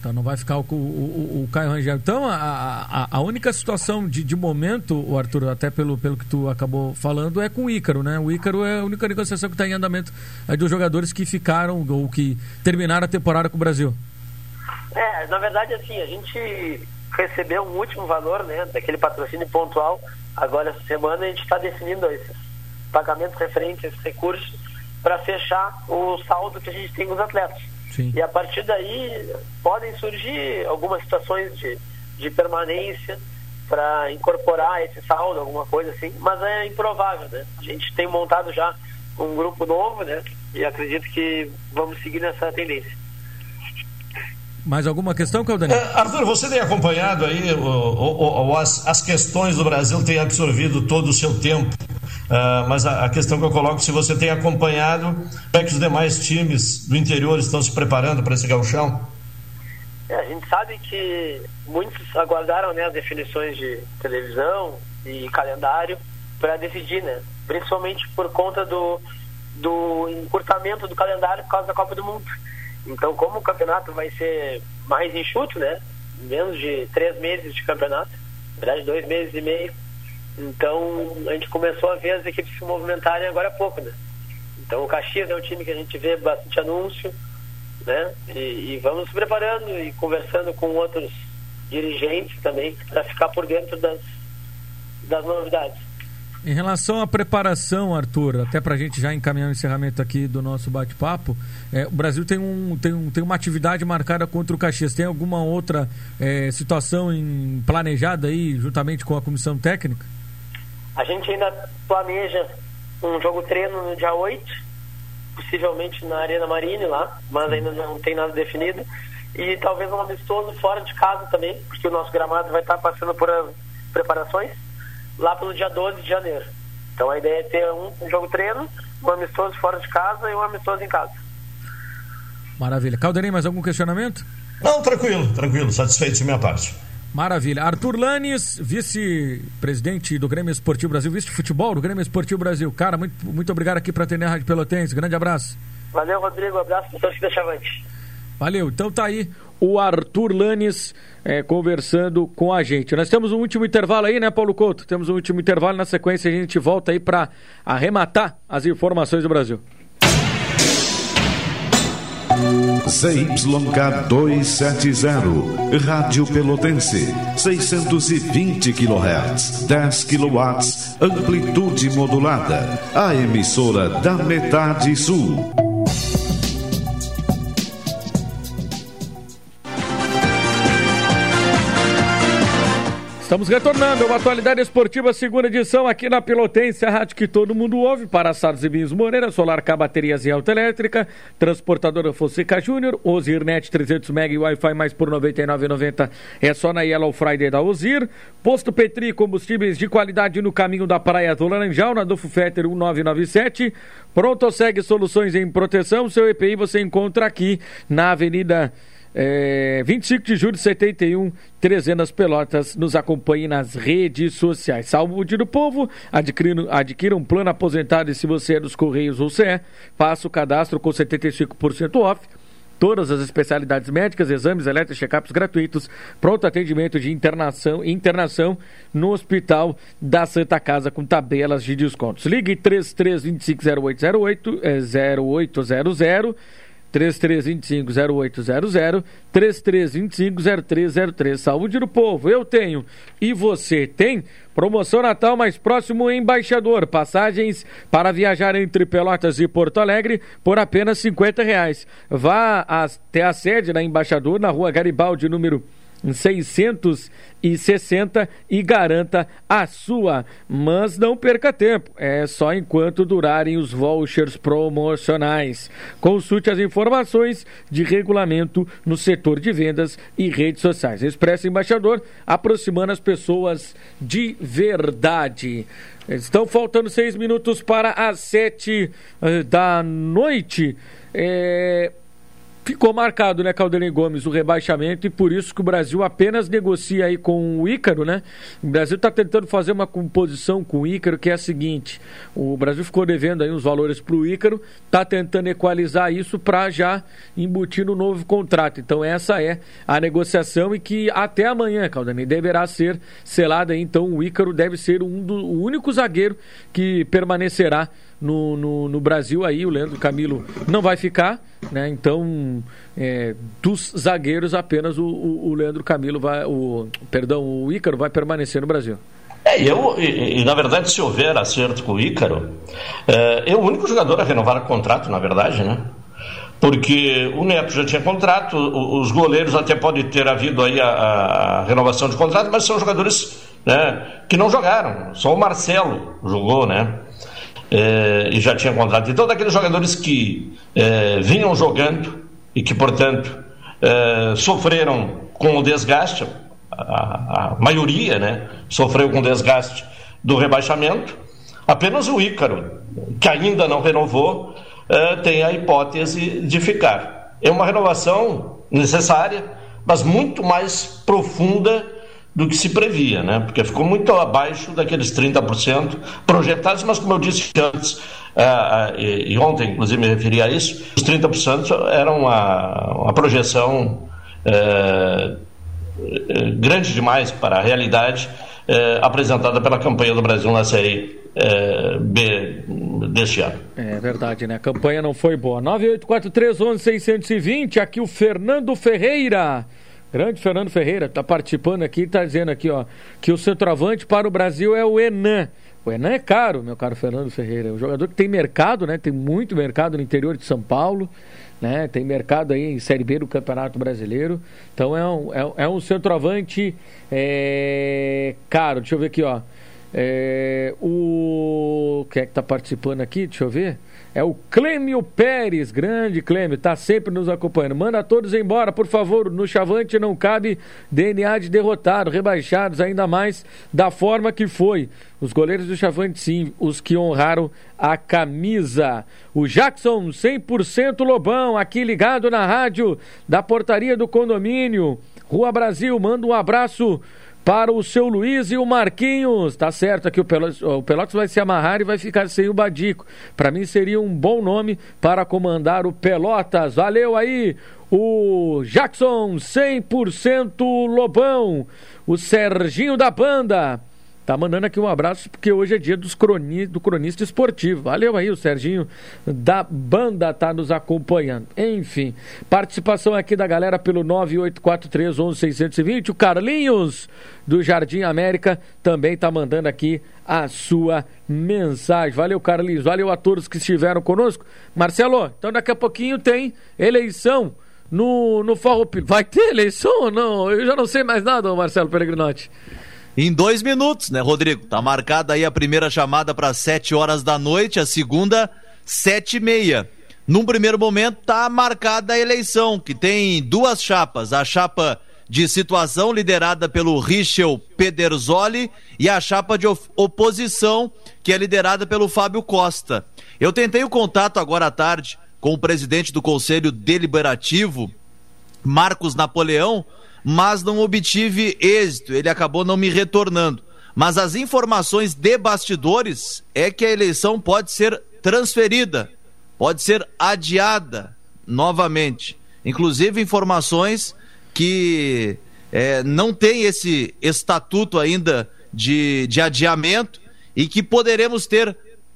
Então não vai ficar o Caio Rangel. Então a única situação de momento, Arthur, até pelo que tu acabou falando, é com o Ícaro, né? O Ícaro é a única negociação que está em andamento dos jogadores que ficaram ou que terminaram a temporada com o Brasil. Na verdade, assim, a gente recebeu um último valor, né, daquele patrocínio pontual. Agora, essa semana, a gente está definindo esses pagamentos referentes a esses recursos para fechar o saldo que a gente tem com os atletas. Sim. E a partir daí podem surgir algumas situações de permanência para incorporar esse saldo, alguma coisa assim, mas é improvável, né? A gente tem montado já um grupo novo, né? E acredito que vamos seguir nessa tendência. Mais alguma questão, Caldanei? Arthur, você tem acompanhado aí as questões do Brasil, tem absorvido todo o seu tempo, mas a questão que eu coloco, se você tem acompanhado, como é que os demais times do interior estão se preparando para esse gauchão? A gente sabe que muitos aguardaram, né, as definições de televisão e calendário para decidir, né? Principalmente por conta do encurtamento do calendário por causa da Copa do Mundo. Então, como o campeonato vai ser mais enxuto, né? Menos de 3 meses de campeonato, na verdade 2 meses e meio. Então, a gente começou a ver as equipes se movimentarem agora há pouco, né? Então, o Caxias é um time que a gente vê bastante anúncio, né? E vamos se preparando e conversando com outros dirigentes também para ficar por dentro das novidades. Em relação à preparação, Arthur, até para a gente já encaminhar o encerramento aqui do nosso bate-papo, o Brasil tem uma atividade marcada contra o Caxias. Tem alguma outra situação planejada aí, juntamente com a comissão técnica? A gente ainda planeja um jogo treino no dia 8, possivelmente na Arena Marine lá, mas ainda não tem nada definido. E talvez um amistoso fora de casa também, porque o nosso gramado vai estar passando por preparações lá pelo dia 12 de janeiro. Então a ideia é ter um jogo treino, um amistoso fora de casa e um amistoso em casa. Maravilha. Caldanei, mais algum questionamento? Não, tranquilo, satisfeito de minha parte. Maravilha. Arthur Lanes, vice-presidente do Grêmio Esportivo Brasil, vice-futebol do Grêmio Esportivo Brasil. Cara, muito obrigado aqui para atender a Rádio Pelotense. Grande abraço. Valeu, Rodrigo. Abraço para todos que deixam avante. Valeu. Então tá aí o Arthur Lanes conversando com a gente. Nós temos um último intervalo aí, né, Paulo Couto? Temos um último intervalo, na sequência a gente volta aí para arrematar as informações do Brasil. ZYK 270, Rádio Pelotense, 620 kHz, 10 kW, amplitude modulada, a emissora da metade sul. Estamos retornando a Atualidade Esportiva, segunda edição aqui na Pelotense, a rádio que todo mundo ouve, para Sardes e Vinhos Moreira, Solar K Baterias e Autoelétrica, Transportadora Fonseca Júnior, Ozirnet 300 MB e Wi-Fi mais por R$ 99,90 é só na Yellow Friday da Ozir. Posto Petri, combustíveis de qualidade no caminho da Praia do Laranjal, na Adolfo Fetter 1997. Pronto, segue soluções em proteção, seu EPI você encontra aqui na Avenida 25 de julho, 71, Terezinas, Pelotas. Nos acompanhe nas redes sociais. Saúde do povo, adquira um plano aposentado e se você é dos Correios ou CE, faça o cadastro com 75% off. Todas as especialidades médicas, exames, eletro, check-ups gratuitos, pronto atendimento de internação no Hospital da Santa Casa com tabelas de descontos. Ligue 3325-0808, 0800, 3325-0800, 3325-0303. Saúde do povo, eu tenho e você tem. Promoção Natal mais próximo Embaixador. Passagens para viajar entre Pelotas e Porto Alegre por apenas R$50. Vá até a sede da Embaixador, na Rua Garibaldi, número 660, e garanta a sua. Mas não perca tempo, é só enquanto durarem os vouchers promocionais. Consulte as informações de regulamento no setor de vendas e redes sociais. Expresso Embaixador, aproximando as pessoas de verdade. Estão faltando 6 minutos para as 7 da noite. ficou marcado, né, Caldenei Gomes, o rebaixamento, e por isso que o Brasil apenas negocia aí com o Ícaro, né? O Brasil está tentando fazer uma composição com o Ícaro, que é a seguinte: o Brasil ficou devendo aí uns valores para o Ícaro, está tentando equalizar isso para já embutir no novo contrato. Então essa é a negociação, e que até amanhã, Caldenei, deverá ser selada aí. Então o Ícaro deve ser o único zagueiro que permanecerá no Brasil aí. O Leandro Camilo não vai ficar, né? Então, dos zagueiros, apenas o Leandro Camilo o Ícaro vai permanecer no Brasil. Na verdade, se houver acerto com o Ícaro, é o único jogador a renovar o contrato, na verdade, né? Porque o Neto já tinha contrato, os goleiros até pode ter havido aí a renovação de contrato, mas são jogadores, né, que não jogaram. Só o Marcelo jogou, né? E já tinha contrato. Então, daqueles jogadores que vinham jogando e que, portanto, sofreram com o desgaste, a maioria, né, sofreu com o desgaste do rebaixamento, apenas o Ícaro, que ainda não renovou, tem a hipótese de ficar. É uma renovação necessária, mas muito mais profunda do que se previa, né? Porque ficou muito abaixo daqueles 30% projetados, mas como eu disse antes, e ontem inclusive me referi a isso, os 30% eram uma projeção grande demais para a realidade apresentada pela campanha do Brasil na Série B deste ano. É verdade, né? A campanha não foi boa. 984311-620, aqui o Fernando Ferreira. Grande Fernando Ferreira, está participando aqui, está dizendo aqui, ó, que o centroavante para o Brasil é o Henan. O Henan é caro, meu caro Fernando Ferreira. É um jogador que tem mercado, né? Tem muito mercado no interior de São Paulo, né? Tem mercado aí em Série B do Campeonato Brasileiro. Então é um centroavante caro. Deixa eu ver aqui, ó. Quem é que está participando aqui? Deixa eu ver. É o Clêmio Pérez, grande Clêmio, está sempre nos acompanhando. Manda todos embora, por favor. No Chavante não cabe DNA de derrotado, rebaixados, ainda mais da forma que foi. Os goleiros do Chavante, sim, os que honraram a camisa. O Jackson, 100% Lobão, aqui ligado na rádio da portaria do condomínio. Rua Brasil, manda um abraço para o seu Luiz e o Marquinhos. Tá certo, aqui o Pelotas vai se amarrar e vai ficar sem o Badico. Para mim seria um bom nome para comandar o Pelotas. Valeu aí o Jackson, 100% Lobão. O Serginho da Banda tá mandando aqui um abraço, porque hoje é dia do cronista esportivo. Valeu aí, o Serginho da Banda tá nos acompanhando. Enfim, participação aqui da galera pelo 984311-620. O Carlinhos do Jardim América também tá mandando aqui a sua mensagem. Valeu, Carlinhos. Valeu a todos que estiveram conosco. Marcelo, então daqui a pouquinho tem eleição no Farroupilha. Vai ter eleição ou não? Eu já não sei mais nada, Marcelo Peregrinotti. Em 2 minutos, né, Rodrigo? Tá marcada aí a primeira chamada para 7 horas da noite, a segunda, 7h30. Num primeiro momento, tá marcada a eleição, que tem 2 chapas. A chapa de situação, liderada pelo Richel Pedersoli, e a chapa de oposição, que é liderada pelo Fábio Costa. Eu tentei o contato agora à tarde com o presidente do Conselho Deliberativo, Marcos Napoleão, mas não obtive êxito, ele acabou não me retornando. Mas as informações de bastidores é que a eleição pode ser transferida, pode ser adiada novamente. Inclusive informações que não tem esse estatuto ainda de adiamento, e que poderemos ter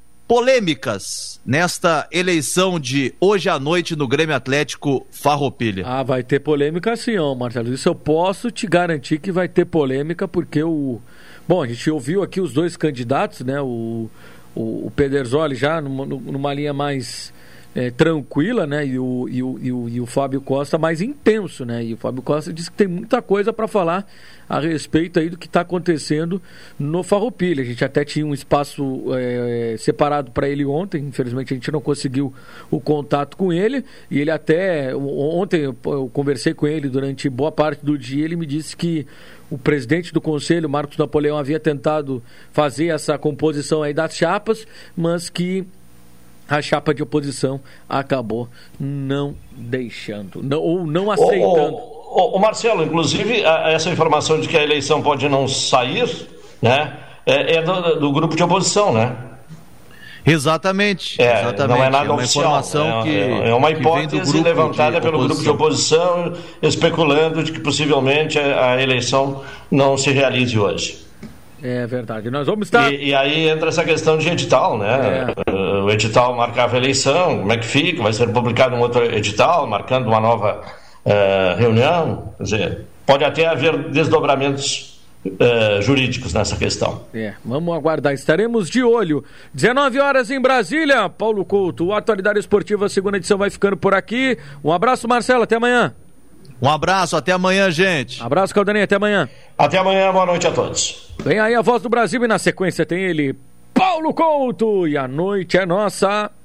polêmicas nesta eleição de hoje à noite no Grêmio Atlético Farroupilha. Ah, vai ter polêmica sim, ó, Marcelo. Isso eu posso te garantir que vai ter polêmica, porque Bom, a gente ouviu aqui os 2 candidatos, né? O Pedersoli já numa linha mais tranquila, né? E o Fábio Costa mais intenso, né? E o Fábio Costa disse que tem muita coisa para falar a respeito aí do que está acontecendo no Farroupilha. A gente até tinha um espaço separado para ele ontem, infelizmente a gente não conseguiu o contato com ele, e ele até, ontem eu conversei com ele durante boa parte do dia, ele me disse que o presidente do conselho, Marcos Napoleão, havia tentado fazer essa composição aí das chapas, mas que a chapa de oposição acabou não deixando, ou não aceitando. O Marcelo, inclusive, essa informação de que a eleição pode não sair, né, é do grupo de oposição, né? Exatamente. Não é nada uma oficial. Informação é uma hipótese levantada pelo grupo de oposição, especulando de que possivelmente a eleição não se realize hoje. É verdade. Nós vamos estar... E aí entra essa questão de edital, né? O edital marcava a eleição, como é que fica? Vai ser publicado um outro edital, marcando uma nova reunião? Quer dizer, pode até haver desdobramentos jurídicos nessa questão. Vamos aguardar, estaremos de olho. 19 horas em Brasília. Paulo Couto, o Atualidade Esportiva, segunda edição, vai ficando por aqui. Um abraço, Marcelo, até amanhã. Um abraço, até amanhã, gente. Abraço, Caldanei, até amanhã. Até amanhã, boa noite a todos. Vem aí a Voz do Brasil e na sequência tem ele, Paulo Couto, e a noite é nossa.